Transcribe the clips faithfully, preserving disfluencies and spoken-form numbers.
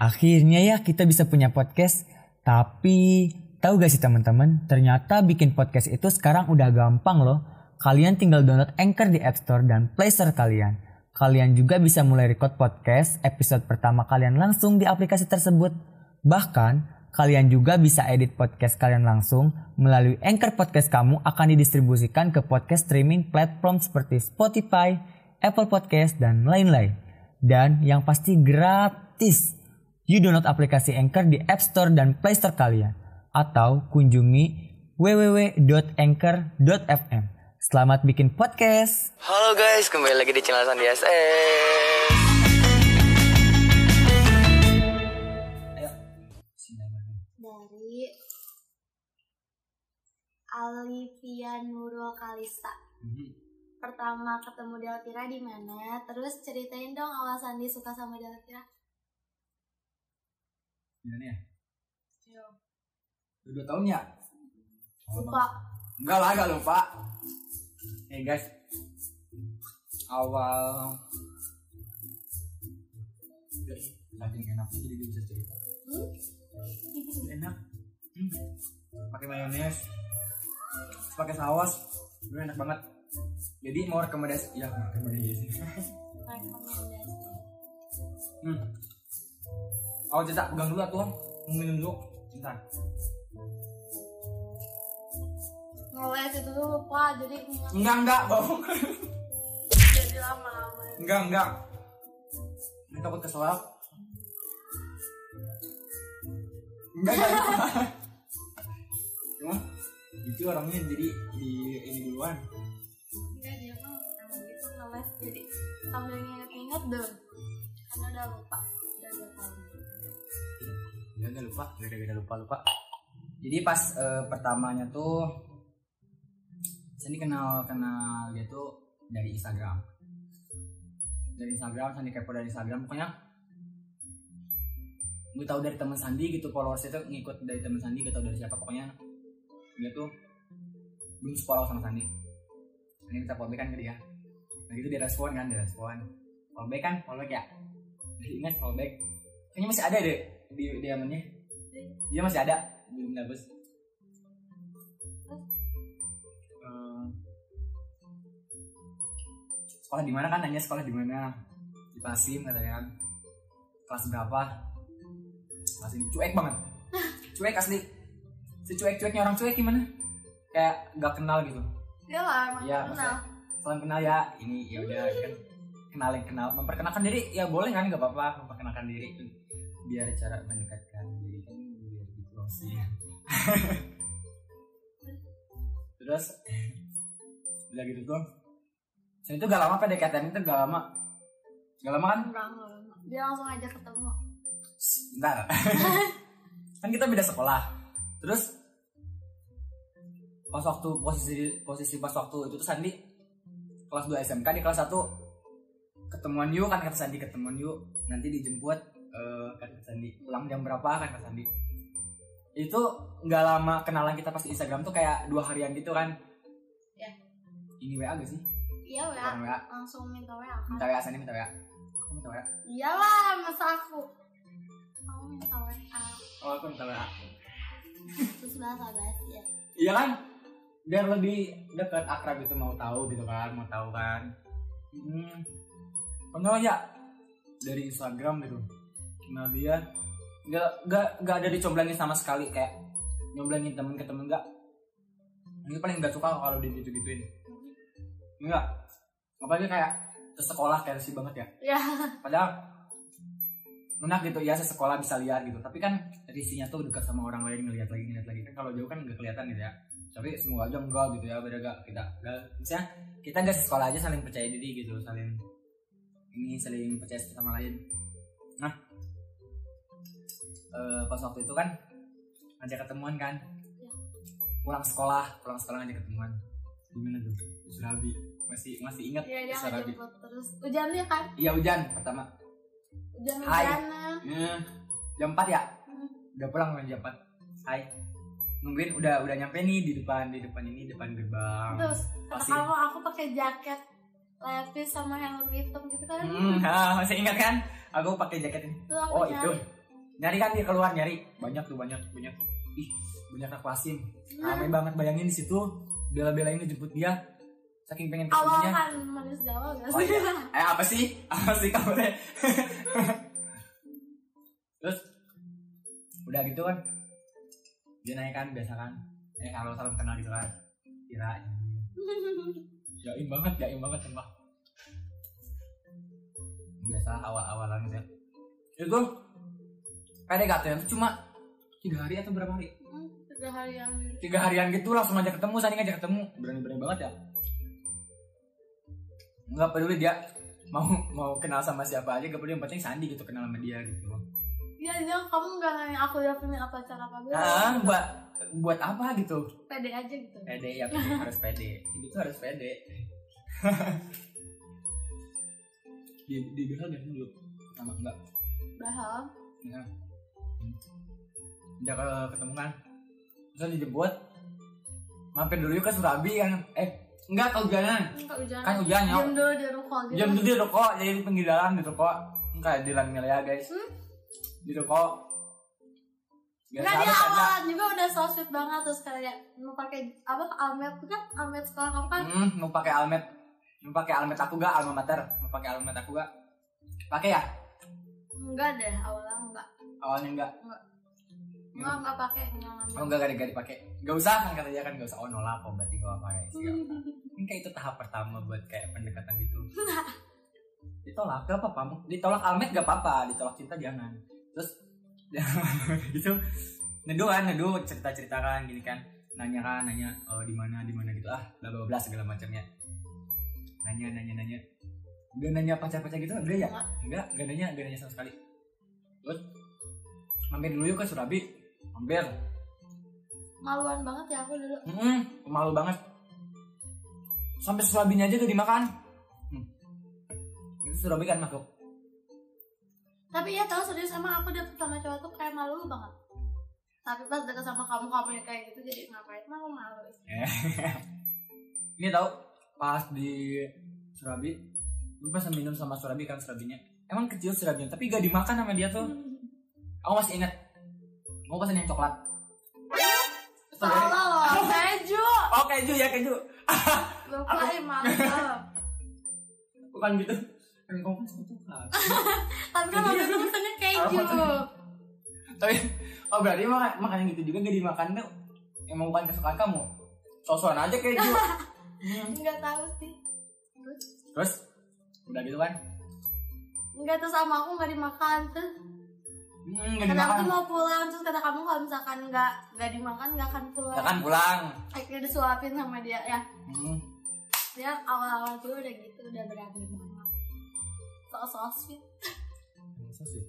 Akhirnya ya kita bisa punya podcast. Tapi tahu gak sih teman-teman, ternyata bikin podcast itu sekarang udah gampang loh. Kalian tinggal download Anchor di App Store dan Play Store kalian. Kalian juga bisa mulai record podcast episode pertama kalian langsung di aplikasi tersebut. Bahkan kalian juga bisa edit podcast kalian langsung melalui Anchor. Podcast kamu akan didistribusikan ke podcast streaming platform seperti Spotify, Apple Podcast, dan lain-lain. Dan yang pasti gratis. You download aplikasi Anchor di App Store dan Play Store kalian. Atau kunjungi w w w dot anchor dot f m. Selamat bikin podcast. Halo guys, kembali lagi di channel Sandi S S. Ayo. Dari Alivia Nurul Kalista. Mm-hmm. Pertama ketemu Deltira di mana? Terus ceritain dong awal Sandi suka sama Deltira. Gimana ya? Yo. Udah dua tahun ya? Lupa. Enggak lah, enggak lupa. Eh hey guys, awal saking enak jadi bisa cerita. Hmm? Enak. Hmm. Pakai mayones, pakai saus, itu enak banget. Jadi mau rekomendasi, ya rekomendasi. Rekomendasi. Hmm. Oh cerita, pegang dulu tuh, minum dulu, cinta. Ngeles itu tuh lupa, jadi Enggak enggak, bohong. jadi lama-lama. Enggak enggak. Ini takut keselak. Enggak enggak. Cuma itu orangnya jadi di ini duluan. Enggak, dia mah emang gitu ngeles, jadi sambil nginget-nginget deh. Karena udah lupa, udah dua tahun. Ya enggak lupa, beda-beda lupa-lupa. Jadi pas uh, pertamanya tuh Sandi kenal kenal dia tuh dari Instagram. Dari Instagram, Sandi kepo dari Instagram. Pokoknya gue tahu dari teman Sandi gitu, followersnya tuh ngikut dari teman Sandi, gak tahu dari siapa. Pokoknya dia tuh belum follow sama Sandi. Ini minta follow back kan ke dia. Nah gitu dia respon kan, dia respon. Follow back kan, follow back ya. Jadi ingat follow back. Kayaknya masih ada deh di di amannya. Dia masih ada, belum dihapus. Sekolah di mana kan, nanya sekolah di mana, di Pasim katanya kan, kelas berapa, kelas ini cuek banget, cuek asli, si cuek-cueknya orang cuek gimana, kayak gak kenal gitu. Dia lah emang Ya, kenal. selain kenal ya, ini ya udah kan, kenalin kenal, memperkenalkan diri ya boleh kan, gak apa-apa memperkenalkan diri, biar cara mendekatkan diri kan biar gitu sih. Terus udah gitu tuh. Saya itu gak lama P D K T-nya itu gak lama. Gak lama kan? Enggak, enggak lama. Dia langsung aja ketemu. Bentar. Kan kita beda sekolah. Terus pas waktu posisi posisi pas waktu itu tuh Sandi kelas dua S M K, di kelas satu ketemuan yuk kan, kata Sandi ketemuan yuk. Nanti dijemput uh, kata Sandi pulang jam berapa kan kata Sandi. Itu gak lama kenalan kita pas di Instagram tuh kayak dua harian gitu kan. Ya. Ini W A gak sih? Iya W A. Orang W A. Langsung minta W A kan. Minta W A, Sandi minta W A. Aku minta W A. Iyalah, masa aku. Kamu minta W A. Oh aku minta W A. Terus bahasa basi ya. Iya kan? Biar lebih dekat, akrab gitu, mau tahu gitu kan, mau tahu kan. Hmm. Kenal ya dari Instagram gitu. Kenal dia. Gak, gak, gak ada dicomblangin sama sekali, kayak nyomblangin temen ke temen, gak. Ini paling gak suka kalau di gitu-gituin. Enggak. Apalagi kayak sesekolah kayak sih banget ya. Ya. Padahal enak gitu ya, sesekolah bisa lihat gitu. Tapi kan risinya tuh dekat sama orang lain, ngeliat lagi ngeliat lagi kan, kalau jauh kan nggak kelihatan gitu ya. Tapi semoga aja enggak gitu ya, beda gak kita. Misalnya kita nggak sekolah aja saling percaya diri gitu, saling ini saling percaya satu sama lain. Nah, uh, pas waktu itu kan ngajak ketemuan kan, pulang sekolah, pulang sekolah ngajak ketemuan. Gimana tuh? Surabi. Masih masih ingat Iya, dia Surabi. ngajak terus. Hujan dia kan? Iya hujan pertama. Hujan-hujanan. Hmm, jam empat ya? Hmm. Udah pulang kan jam empat. Hai. Nungguin udah udah nyampe nih di depan di depan ini depan gerbang. Terus kata Masih. kamu aku pakai jaket lepis sama helm hitam gitu kan? Hmm, ah, masih ingat kan? Aku pakai jaket ini. Tuh aku Oh, nyari. itu. Nyari kan dia keluar nyari. Banyak tuh banyak banyak. Ih, banyak anak Wasim. Ramai banget bayangin di situ. Bela-belain ngejemput dia. Saking pengen ketemunya. Awal kan manis di awal gak Oh sih? iya. Eh apa sih? Apa sih kamu deh? Terus udah gitu kan. Dia nanya kan biasa kan. Eh kalau salam kenal gitu kan. Kira. Jaim banget, jaim banget sumpah. Biasa awal-awalan gitu ya. Itu P D K T itu cuma tiga hari atau berapa hari? Hmm, tiga hari yang Tiga harian gitu langsung ngajak ketemu, Sani ngajak ketemu. Berani-berani banget ya. Nggak peduli dia mau mau kenal sama siapa aja, gak peduli, yang penting Sandi gitu kenal sama dia gitu. ya jangan kamu nggak nanya aku udah punya apa cara apa gitu. Ah, buat buat apa gitu? Pede aja gitu. Pede ya, pede, harus pede. Hidup tuh harus pede. di di Behel biasa dulu sama enggak? Bahal. Ya. Udah ke ketemu kan, terus dijemput, mampir dulu yuk ke Surabi kan? Eh enggak, kehujanan. Enggak hujan. Kan hujan ya. Jam dulu di ruko gitu. Jam dulu di ruko, jadi di pinggir jalan di ruko, kayak di Lanmil ya guys. Hmm? Di ruko. Enggak, dia awalan juga udah so sweet banget. Terus kayak mau pakai apa almet kan, almet sekolah kamu kan. Hmm, mau pakai almet, mau pakai almet aku gak, alma mater, mau pakai almet aku gak, pakai ya? Enggak deh, awalnya enggak. Awalnya enggak. Enggak. Enggak, enggak pakai, enggak ngambil. Oh enggak, gak, gak dipakai. Gak usah kan katanya kan, gak usah. Oh nolak kok, berarti gak apa-apa guys. Gak apa. Ini kayak itu tahap pertama buat kayak pendekatan gitu. Ditolak gak apa-apa, ditolak almet gak apa-apa, ditolak cinta jangan. Terus gitu neduh kan, neduh cerita-cerita kan gini kan, nanya kan, nanya oh, di mana di mana gitu ah, bla bla bla segala macamnya. Nanya nanya nanya. Gak nanya pacar-pacar gitu enggak ya? Enggak, enggak nanya, enggak nanya sama sekali. Terus mampir dulu yuk ke Surabi. Mampir. Maluan banget ya aku dulu. Hmm, malu banget. Sampai Surabinya aja udah dimakan. Hmm. Itu Surabi kan masuk. Tapi ya tahu serius sama aku deket sama cowok tuh kayak malu banget. Tapi pas deket sama kamu kamu yang kayak gitu jadi ngapain malu malu. Ini tahu pas di Surabi, lu pas minum sama Surabi kan Surabinya. Emang kecil Surabinya, tapi gak dimakan sama dia tuh. Aku masih ingat. Mau pesan yang coklat. Salah loh, keju. Oh keju ya keju. Lupa ya mantap. Bukan gitu. Kan kamu kan suka coklat. Tapi kan waktu itu pesannya keju. Tapi oh berarti makan makan yang gitu juga gak dimakan tuh. Emang bukan kesukaan kamu. Sosokan aja keju. Enggak tahu sih. Terus udah gitu kan? Enggak, tuh sama aku nggak dimakan tuh. Hmm, gak Karena dimakan. aku mau pulang terus kata kamu kalau misalkan nggak nggak dimakan nggak akan pulang. Ya kan pulang. Akhirnya disuapin sama dia ya. Hmm. Dia awal-awal juga udah gitu udah berani banget. So-so sweet. Masa sih?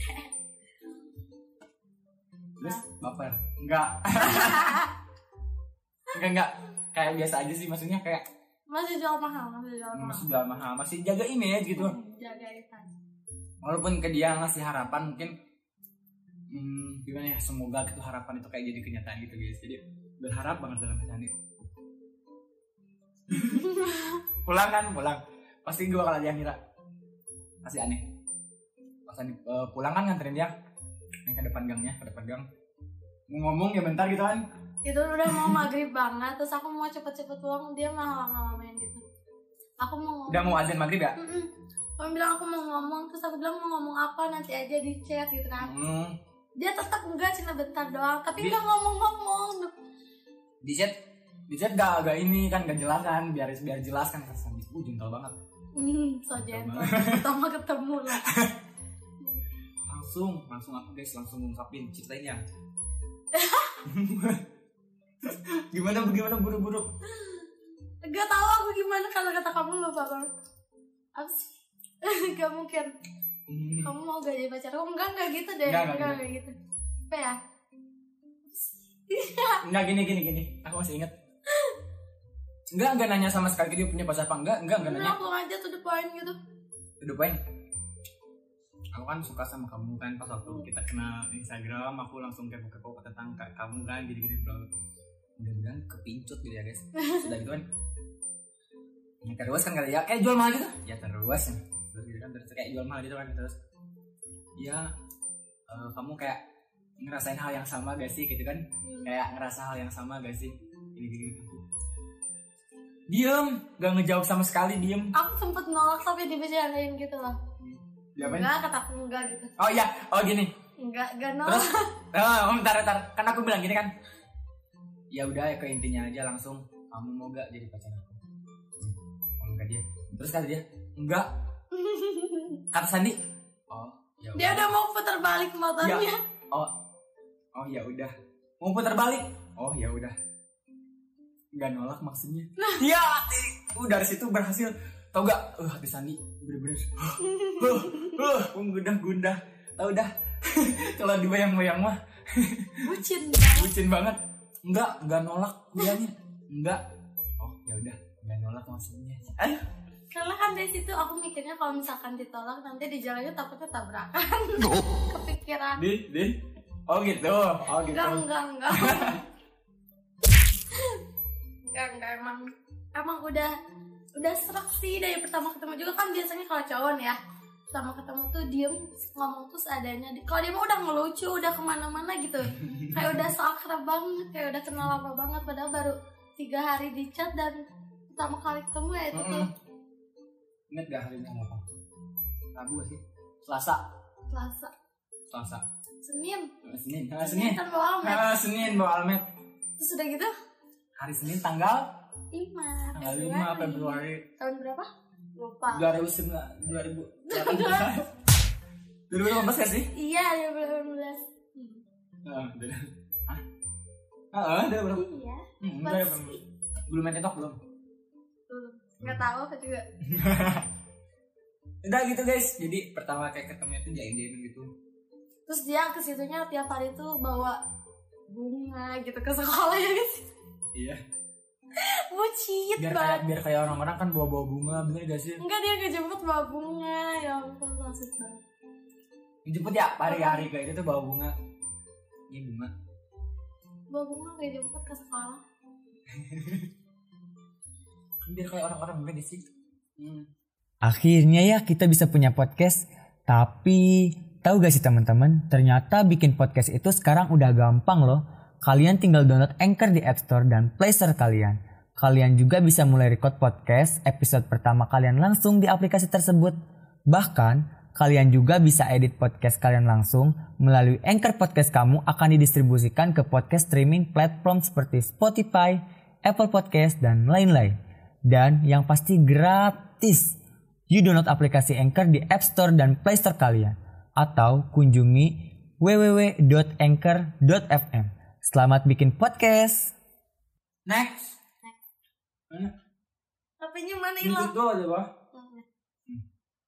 Terus baper? Enggak. Enggak enggak. Kayak biasa aja sih, maksudnya kayak Masih jual mahal, masih jual mahal. masih jual mahal, masih jaga image gitu. Hmm, jaga itu. Walaupun ke dia ngasih harapan mungkin hmm, gimana ya, semoga itu harapan itu kayak jadi kenyataan gitu guys. Jadi berharap banget dalam hati. Pulang kan, pulang. Pasti gue kalau dia ngira pasti aneh. Pas uh, pulang kan nganterin dia nih ke depan gangnya, ke depan gang. Mau ngomong ya bentar gitu kan. Itu udah mau maghrib banget, terus aku mau cepet-cepet pulang, dia malah lama-lamain gitu. Aku mau ngomong. Udah mau azan maghrib ya? Mm-mm. Kamu bilang aku mau ngomong, terus aku bilang mau ngomong apa nanti aja di chat gitu kan. Hmm. Dia tetap enggak, cuma bentar doang, tapi Di- enggak ngomong-ngomong. Di chat, di chat gak, gak ini kan, gak jelas kan, biar biar jelas kan kesan di uh, gentle banget. Hmm, so gentle. Pertama ketemu lah. Langsung, langsung aku guys, langsung ngungkapin ceritanya. Gimana gimana buru-buru? Gak tahu aku gimana kalau kata kamu lupa banget. Apa sih? Gak mungkin. Hmm. Kamu mau gak jadi pacar aku? Enggak, enggak gitu deh. Enggak, enggak Enggak, enggak gitu. Apa ya? Enggak gini gini gini, aku masih inget. Enggak, enggak nanya sama sekali dia punya pacar apa enggak, enggak, enggak nanya. Langsung aja to the point gitu. Udah poin. Aku kan suka sama kamu kan, pas waktu kita kenal Instagram, aku langsung kepo-kepo tentang kamu kan, gini-gini bla. Mudah-mudahan kepincut gitu ya guys. Sudah gitu kan. Ya terus kan kata ya kayak jual mahal gitu. Ya terus. Terus gitu kan terus kayak jual mahal gitu kan terus. Ya uh, kamu kayak ngerasain hal yang sama gak sih gitu kan? Hmm. Kayak ngerasa hal yang sama gak sih? Gini gini. Diem, gak ngejawab sama sekali, diem. Aku sempet nolak tapi dibicarain gitu loh. Diapain? Enggak, kataku enggak gitu. Oh iya, oh gini. Enggak, enggak nolak. Terus, oh, bentar, bentar. Kan aku bilang gini kan. Ya udah, ke intinya aja langsung. Kamu mau gak jadi pacar aku? Oh, enggak dia. Terus kata dia, enggak. Kata Sandi, oh ya udah. Dia udah mau putar balik motornya. Ya. Oh, oh ya udah. Mau putar balik? Oh ya udah. Enggak nolak maksudnya. Nah. Ya, uh, dari situ berhasil. Tau gak? Uh, hati Sandi bener-bener. Uh, uh, gundah-gundah. Tau dah. Kalau dibayang-bayang mah. Bucin. Bucin banget. Enggak, enggak nolak bilangnya. Enggak. Oh ya udah, enggak nolak maksudnya. Ayo. Karena kan dari situ aku mikirnya kalau misalkan ditolak nanti di jalannya takutnya tabrakan. Kepikiran. Di, di. Oh gitu. Oh gitu. Enggak, enggak, enggak. Enggak, enggak emang emang udah udah serak sih dari pertama ketemu juga kan biasanya kalau cowok ya pertama ketemu tuh diem ngomong tuh seadanya. Kalau dia mah udah ngelucu, udah kemana-mana gitu. Kayak udah seakrab banget, kayak udah kenal lama banget. Padahal baru tiga hari di chat dan pertama kali ketemu ya itu tuh. Ingat gak hari ini apa? Rabu sih? Selasa. Selasa. Selasa. Senin. Senin. Nah, Senin. Kan bawa almet. Nah, Senin bawa almet. Terus udah gitu? Hari Senin tanggal lima. Tanggal lima Februari. Tahun berapa? Lupa. dua ribu sembilan dua ribu delapan belas. dua ribu delapan belas gak sih? Iya, dua ribu delapan belas. Heeh, udah. Hah? Heeh, udah berapa? Iya. Hmm, udah belum main TikTok belum? Belum. Enggak tahu apa juga. Udah gitu guys. Jadi pertama kayak ketemu itu jain-jain gitu. Terus dia ke situnya tiap hari tuh bawa bunga gitu ke sekolah ya guys. Iya. Bucit biar banget. Kayak, biar kayak orang-orang kan bawa-bawa bunga, bener gak sih? Enggak, dia ngejemput bawa bunga. Ya ampun, maksud banget. Dijemput ya hari-hari kayak itu tuh bawa bunga. Ini bunga. Bawa bunga kayak jemput ke sekolah. Biar kayak orang-orang bener gak sih? Hmm. Akhirnya ya kita bisa punya podcast. Tapi tahu gak sih teman-teman? Ternyata bikin podcast itu sekarang udah gampang loh. Kalian tinggal download Anchor di App Store dan Play Store kalian. Kalian juga bisa mulai record podcast episode pertama kalian langsung di aplikasi tersebut. Bahkan, kalian juga bisa edit podcast kalian langsung melalui Anchor Podcast kamu akan didistribusikan ke podcast streaming platform seperti Spotify, Apple Podcast, dan lain-lain. Dan yang pasti gratis. You download aplikasi Anchor di App Store dan Play Store kalian. Atau kunjungi w w w dot anchor dot f m. Selamat bikin podcast. Next. Next. Mana? H P-nya mana hilang? Itu aja, Bah. Hmm.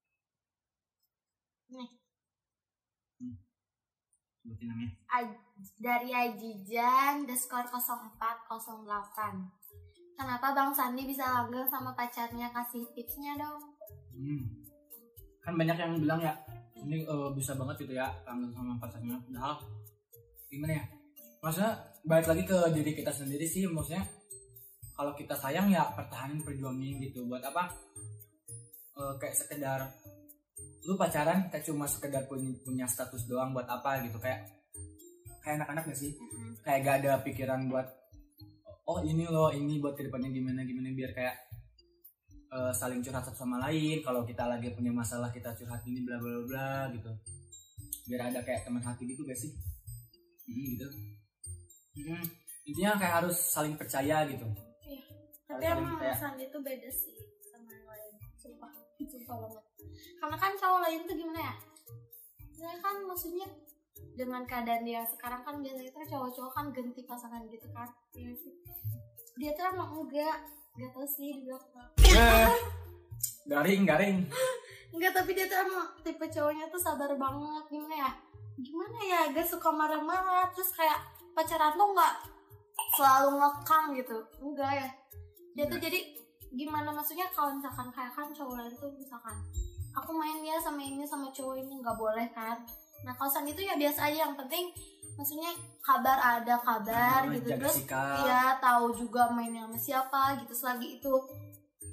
Nih. Hmm. Sebutin namanya. Aj- dari Ajijan underscore nol empat nol delapan. Kenapa Bang Sandi bisa langgeng sama pacarnya? Kasih tipsnya dong. Hmm. Kan banyak yang bilang ya, ini uh, bisa banget gitu ya langgeng sama pacarnya. Nah, gimana ya? Maksudnya balik lagi ke diri kita sendiri sih, maksudnya kalau kita sayang ya pertahanin, perjuangin gitu. Buat apa? E, kayak sekedar lu pacaran kayak cuma sekedar punya, punya status doang, buat apa gitu, kayak kayak anak-anak gak sih? Mm-hmm. Kayak gak ada pikiran buat oh ini loh, ini buat kedepannya gimana gimana biar kayak e, saling curhat satu sama lain. Kalau kita lagi punya masalah kita curhat ini bla bla bla gitu. Biar ada kayak teman hati gitu gak sih? Hmm, gitu. Hmm, intinya kayak harus saling percaya gitu. Iya. Tapi emang Sandi itu beda sih sama yang lain. Sumpah, sumpah banget. Karena kan cowok lain tuh gimana ya? Saya kan maksudnya dengan keadaan dia sekarang kan biasanya tuh cowok-cowok kan ganti pasangan gitu kan. Iya sih. Dia tuh emang enggak, enggak tahu sih dibilang apa. Garing, garing. Enggak, tapi dia tuh emang tipe cowoknya tuh sabar banget. Gimana ya? Gimana ya? Gak suka marah-marah. Terus kayak pacaran tuh nggak selalu ngekang gitu, enggak ya. Dia tuh jadi gimana, maksudnya kalau misalkan kayak kan cowok lain tuh misalkan aku main ya sama ini sama cowok ini nggak boleh kan. Nah kalau Sandi itu ya biasa aja, yang penting maksudnya kabar ada kabar nah, gitu, terus ya tahu juga mainnya sama siapa gitu. Selagi itu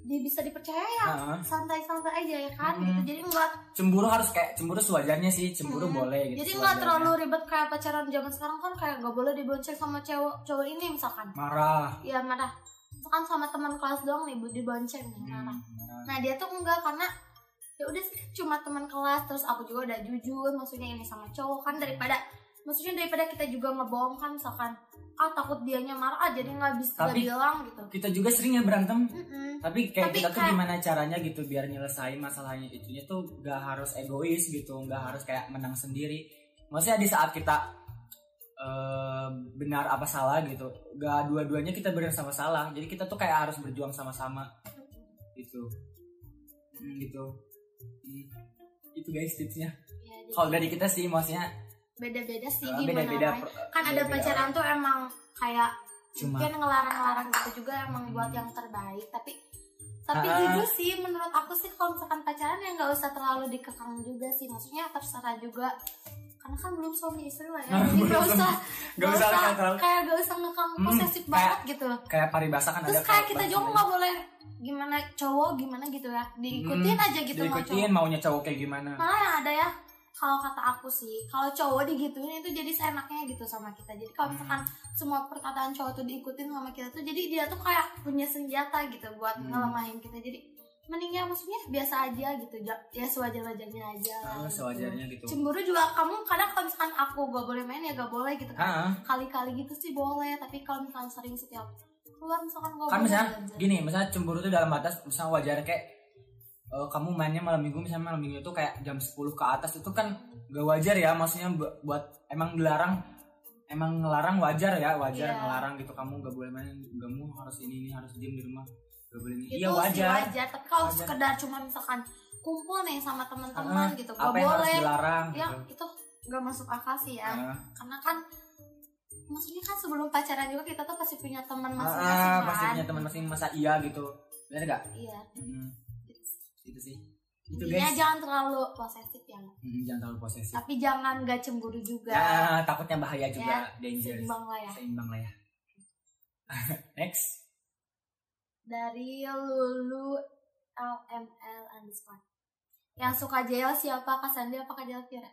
dia bisa dipercaya ya uh-huh. santai-santai aja ya kan, hmm. gitu. Jadi enggak cemburu harus kayak cemburu sewajarnya sih, cemburu hmm. boleh gitu. Jadi enggak terlalu ribet kayak pacaran zaman sekarang kan, kayak enggak boleh dibonceng sama cowok cowok ini misalkan. Marah. Iya marah. Misalkan sama teman kelas doang nih dibonceng nih, marah. Hmm, nah dia tuh enggak, karena ya udah sih cuma teman kelas, terus aku juga udah jujur maksudnya ini sama cowok kan, daripada maksudnya daripada kita juga ngebohong kan, misalkan ah takut dianya marah ah, jadi nggak bisa tapi bilang gitu. Kita juga sering ya berantem. Mm-mm. Tapi kayak tapi kita tuh kayak, gimana caranya gitu biar nyelesain masalahnya itunya tuh gak harus egois gitu, gak harus kayak menang sendiri. Maksudnya di saat kita uh, benar apa salah gitu, gak dua-duanya kita benar sama salah, jadi kita tuh kayak harus berjuang sama-sama gitu. Hmm, gitu hmm. Itu guys tipsnya ya, kalau dari kita sih maksudnya beda-beda sih uh, gimana beda-beda, kan beda-beda ada pacaran orang tuh emang kayak cuma mungkin ngelarang-larang gitu juga emang buat yang terbaik, tapi tapi uh, jujur sih menurut aku sih kalau misalkan pacaran ya nggak usah terlalu dikekang juga sih, maksudnya terserah juga karena kan belum suami istri lah ya, nah, jadi nggak usah nggak usah, usah terlalu, kayak gak usah ngekang hmm, posesif kayak, banget gitu. Kayak paribasa kan terus ada kayak kita juga nggak boleh gimana cowok gimana gitu ya, diikutin hmm, aja gitu, diikutin mau maunya cowok kayak gimana. Malah yang ada ya, kalau kata aku sih, kalau cowok digituin itu jadi seenaknya gitu sama kita. Jadi kalau misalkan hmm. semua perkataan cowok tuh diikutin sama kita tuh, jadi dia tuh kayak punya senjata gitu buat hmm. ngelemahin kita. Jadi mendingnya maksudnya biasa aja gitu, ya sewajar-wajarnya aja. Oh, gitu. Sewajarnya gitu. Cemburu juga kamu kadang kalau misalkan aku gak boleh main ya gak boleh gitu kan. Ha-ha. Kali-kali gitu sih boleh, tapi kalau misalkan sering setiap keluar misalkan gak kan boleh. Kan misalnya gini, misalnya cemburu tuh dalam batas misalnya wajar kayak uh, kamu mainnya malam minggu, misalnya malam minggu itu kayak jam sepuluh ke atas, itu kan gak wajar ya, maksudnya buat emang dilarang, emang ngelarang wajar ya, wajar yeah. Ngelarang gitu, kamu gak boleh main, kamu harus ini ini harus diem di rumah, gak boleh ini. Iya wajar. wajar. Tapi kalau sekedar cuma misalkan kumpul nih sama teman-teman uh, gitu, gak apa yang boleh. Harus dilarang, ya gitu. Itu gak masuk akal sih ya, uh. karena kan maksudnya kan sebelum pacaran juga kita tuh pasti punya teman masing-masing uh, kan. Pasti punya teman masing, masa iya gitu, benar gak? Iya. Hmm. Itu sih. Itu intinya guys. Jangan terlalu posesif ya. Hmm, jangan terlalu posesif. Tapi jangan gak cemburu juga. Ya, takutnya bahaya juga, ya, dangerous. Seimbang lah ya. Seimbang lah ya. Next. Dari Lulu L M L underscore. Yang suka jail siapa? Kak Sandi apa Kak Jalfira?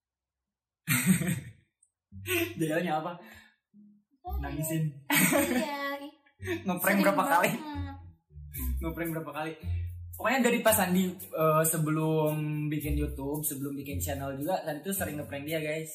Jailnya apa? Nangisin. Iya. Ngeprank berapa kali? Ngeprank berapa kali? Pokoknya dari pas Sandi uh, sebelum bikin YouTube, sebelum bikin channel juga, Sandi tuh sering ngeprank dia guys.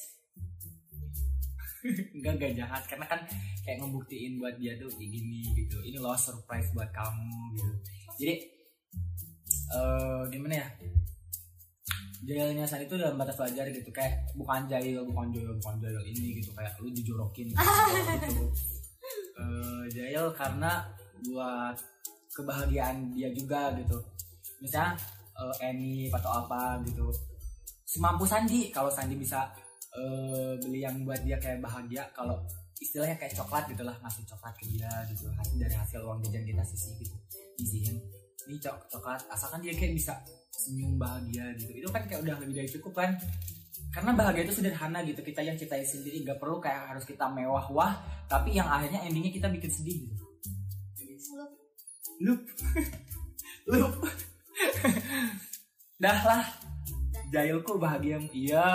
Enggak, enggak jahat, karena kan kayak ngebuktiin buat dia tuh kayak gini gitu. Ini loh surprise buat kamu gitu. Jadi uh, gimana ya? Jailnya Sandi tuh dalam batas wajar gitu, kayak bukan jail, bukan jail, bukan jail ini gitu, kayak lu dijorokin gitu. Uh, jail karena buat kebahagiaan dia juga gitu. Misalnya uh, Eni atau apa gitu, semampu Sandi. Kalau Sandi bisa uh, beli yang buat dia kayak bahagia, kalau istilahnya kayak coklat gitulah, ngasih coklat ke dia gitu, hasil dari hasil uang jajan kita sisi gitu, isihin ini cok coklat, asalkan dia kayak bisa senyum bahagia gitu, itu kan kayak udah lebih dari cukup kan. Karena bahagia itu sederhana gitu, kita yang ciptain sendiri, nggak perlu kayak harus kita mewah wah, tapi yang akhirnya endingnya kita bikin sedih gitu. Lup Lup Dah lah, jailku bahagia. Iya.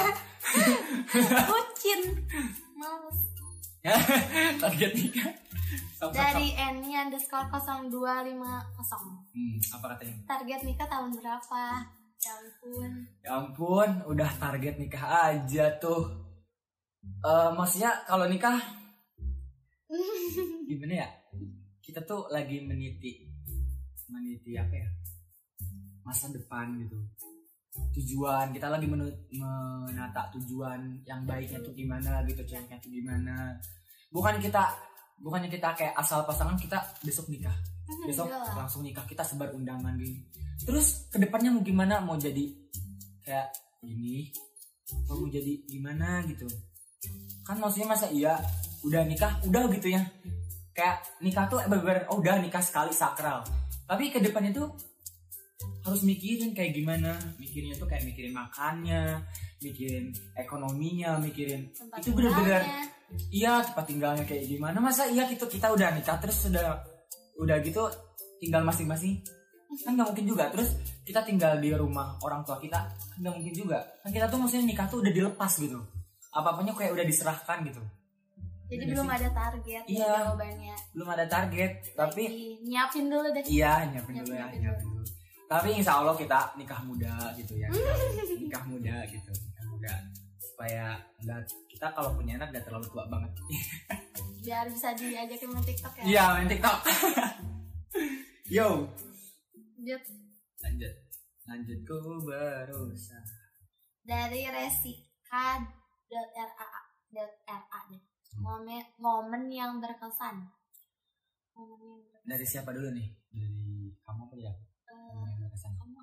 Bucin. Males. Target nikah. Dari Eni underscore nol dua lima nol. Hmm, apa katanya? Target nikah tahun berapa? Ya ampun. Ya ampun, udah target nikah aja tuh. Uh, maksudnya kalau nikah gimana ya? Kita tuh lagi meniti meniti apa ya, masa depan gitu, tujuan kita lagi menata tujuan yang baiknya tuh gimana gitu, ceweknya tuh gimana. Bukan kita bukannya kita kayak asal pasangan kita besok nikah, besok langsung nikah, kita sebar undangan gini. Terus kedepannya mau gimana, mau jadi kayak gini, mau jadi gimana gitu kan. Maksudnya masa iya udah nikah udah gitu ya, kayak nikah tuh bener-bener oh udah nikah sekali sakral, tapi ke depannya tuh harus mikirin kayak gimana. Mikirnya tuh kayak mikirin makannya, mikirin ekonominya, mikirin tempat itu bener-bener iya tempat tinggalnya kayak gimana. Masa iya gitu kita udah nikah terus udah udah gitu tinggal masing-masing kan nggak mungkin juga. Terus kita tinggal di rumah orang tua kita kan nggak mungkin juga. Kan kita tuh maksudnya nikah tuh udah dilepas gitu, apa-apanya kayak udah diserahkan gitu. Jadi Udah belum sih. ada target Iya. jawabannya. Belum ada target tapi Lagi nyiapin dulu deh. iya nyiapin dulu ya Nyiapin nyiapin dulu. Tapi insya Allah kita nikah muda gitu ya. Nikah muda gitu, nikah muda supaya nggak kita kalau punya anak nggak terlalu tua banget. Biar bisa diajakin main TikTok ya. Iya main TikTok. Yo Lanjut. lanjut lanjut ku berusaha. Dari resika dot ra dot ra deh. Momen, momen yang berkesan. Momen yang berkesan. Dari siapa dulu nih? Dari kamu apa ya? Momen yang berkesan. Kamu.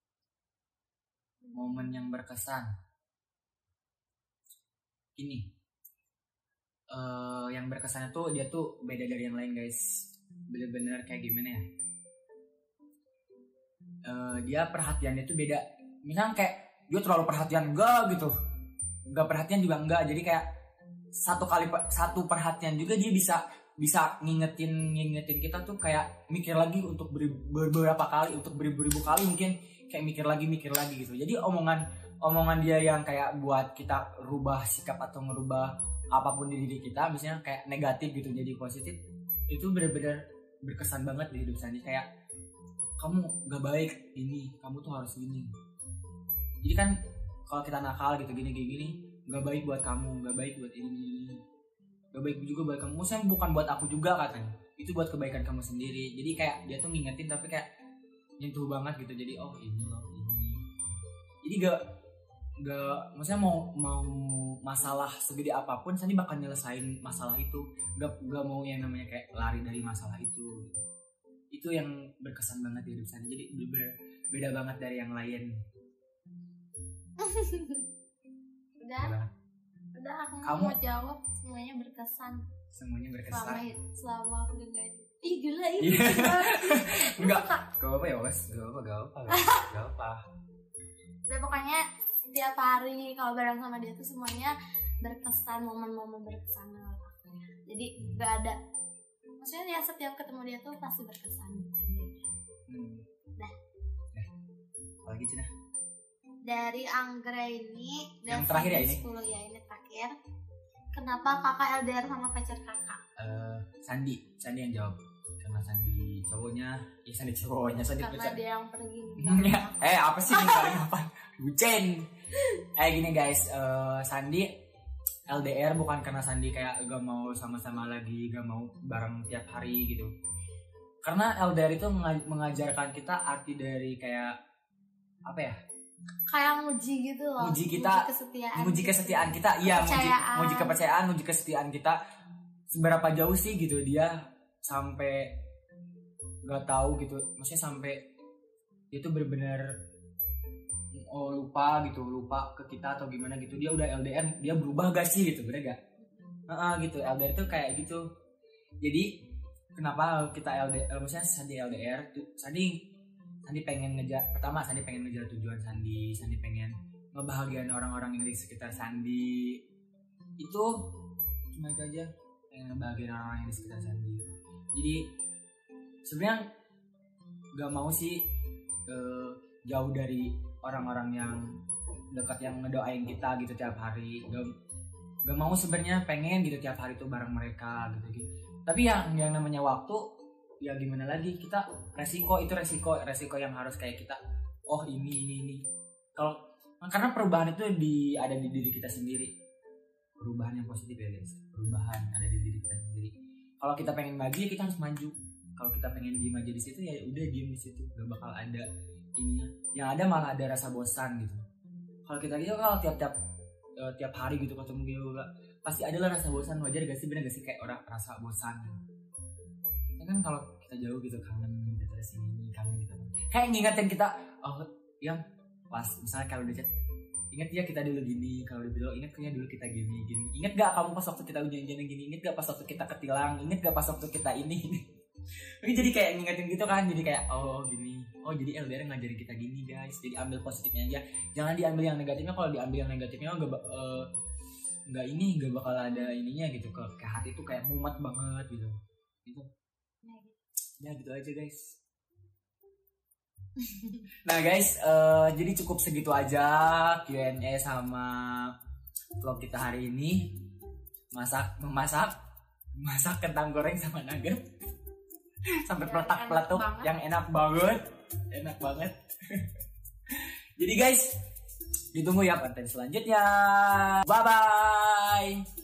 Momen yang berkesan. Ini. Eh yang berkesan itu dia tuh beda dari yang lain guys. Bener-bener kayak gimana ya? Eh dia perhatiannya tuh beda. Misalnya kayak dia terlalu perhatian enggak gitu. Enggak perhatian juga enggak. Jadi kayak satu kali satu perhatian juga dia bisa bisa ngingetin ngingetin kita tuh kayak mikir lagi untuk beri, beberapa kali untuk beribu-ribu kali mungkin kayak mikir lagi mikir lagi gitu. Jadi omongan omongan dia yang kayak buat kita rubah sikap atau ngerubah apapun di diri kita misalnya kayak negatif gitu jadi positif itu benar-benar berkesan banget di hidup Sandi. Kayak kamu gak baik ini, kamu tuh harus gini. Jadi kan kalau kita nakal gitu gini gini gini gak baik buat kamu, gak baik buat ini, gak baik juga buat kamu. Maksudnya bukan buat aku juga katanya, itu buat kebaikan kamu sendiri. Jadi kayak dia tuh ngingetin tapi kayak nyentuh banget gitu. Jadi oh ini loh ini. Jadi gak gak maksudnya mau mau masalah segede apapun Sandi bakal nyelesain masalah itu. Gak gak mau yang namanya kayak lari dari masalah itu. Itu yang berkesan banget di hidup Sandi. Jadi bener beda banget dari yang lain. Udah. Udah. Udah aku Kamu- mau jawab semuanya berkesan. Semuanya Selama berkesan. selama aku dengan ih gila ini. Iya. Enggak. Suka. Gak apa ya Wes, gak apa gak apa gak apa. Dan pokoknya setiap hari kalau bareng sama dia tuh semuanya berkesan, momen-momen berkesan menurut aku ya. Jadi gak ada, maksudnya ya setiap ketemu dia tuh pasti berkesan gitu. Hmm. Dah. Dah. Apalagi Cina? Dari Anggraini Yang terakhir ya ini? sepuluh ya ini terakhir. Kenapa kakak L D R sama pacar kakak? Eh, Sandi, Sandi yang jawab. Karena Sandi cowoknya, ya Sandi cowoknya, Sandi Karena pacar. dia yang pergi Ya, eh apa sih nih paling apa? Bucin. Eh gini guys, eh, Sandi L D R bukan karena Sandi kayak gak mau sama-sama lagi, gak mau bareng tiap hari gitu. Karena L D R itu menga- mengajarkan kita arti dari kayak apa ya? kayak nguji gitu loh. Nguji kita, kesetiaan. Nguji kesetiaan kita, iya, nguji, Kepercayaan. nguji kepercayaan, nguji kesetiaan kita. Seberapa jauh sih gitu dia sampai gak tahu gitu, maksudnya sampai dia tuh benar-benar oh lupa gitu, lupa ke kita atau gimana gitu. Dia udah L D R, dia berubah gak sih gitu, bener gak? Heeh gitu, L D R tuh kayak gitu. Jadi kenapa kita L D R, maksudnya Sandi L D R tuh, Sandi Sandi pengen ngejar, pertama Sandi pengen ngejar tujuan Sandi, Sandi pengen ngebahagiain orang-orang yang di sekitar Sandi. Itu cuma itu aja, pengen ngebahagiain orang-orang yang di sekitar Sandi. Jadi sebenarnya gak mau sih uh, jauh dari orang-orang yang dekat yang ngedoain kita gitu tiap hari. Gak, gak mau sebenarnya, pengen gitu tiap hari tuh bareng mereka gitu gitu. Tapi yang yang namanya waktu ya gimana lagi, kita resiko itu resiko resiko yang harus kayak kita oh ini ini ini kalau karena perubahan itu di ada di diri kita sendiri, perubahan yang positif ya guys, perubahan ada di diri kita sendiri. Kalau kita pengen maju ya kita harus maju, kalau kita pengen diem aja di situ ya udah diem di situ, gak bakal ada ini yang ada malah ada rasa bosan gitu. Kalau kita gitu kalau tiap-tiap uh, tiap hari gitu ketemu gitu pasti ada lah rasa bosan. Wajar gak sih, bener gak sih kayak orang rasa bosan kan kalau kita jauh gitu, kangen gitu terus ini kangen gitu kayak ngingetin kita oh yang pas misalnya kalau udah chat inget ya kita dulu gini, kalau dulu inget ya dulu kita gini gini, inget gak kamu pas waktu kita ujian-ujian gini, inget gak pas waktu kita ketilang, inget gak pas waktu kita ini ini jadi kayak ngingetin gitu kan, jadi kayak oh gini, oh jadi L D R ngajarin kita gini guys. Jadi ambil positifnya aja, jangan diambil yang negatifnya. Kalau diambil yang negatifnya gak uh, nggak ini gak bakal ada ininya gitu, ke, ke hati tuh kayak mumet banget gitu gitu. Ya gitu aja guys. Nah guys, uh, jadi cukup segitu aja Q and A sama vlog kita hari ini. Masak, memasak, masak kentang goreng sama nugget sampai peletak peletuk yang enak banget, enak banget. Jadi guys, ditunggu ya konten selanjutnya. Bye bye.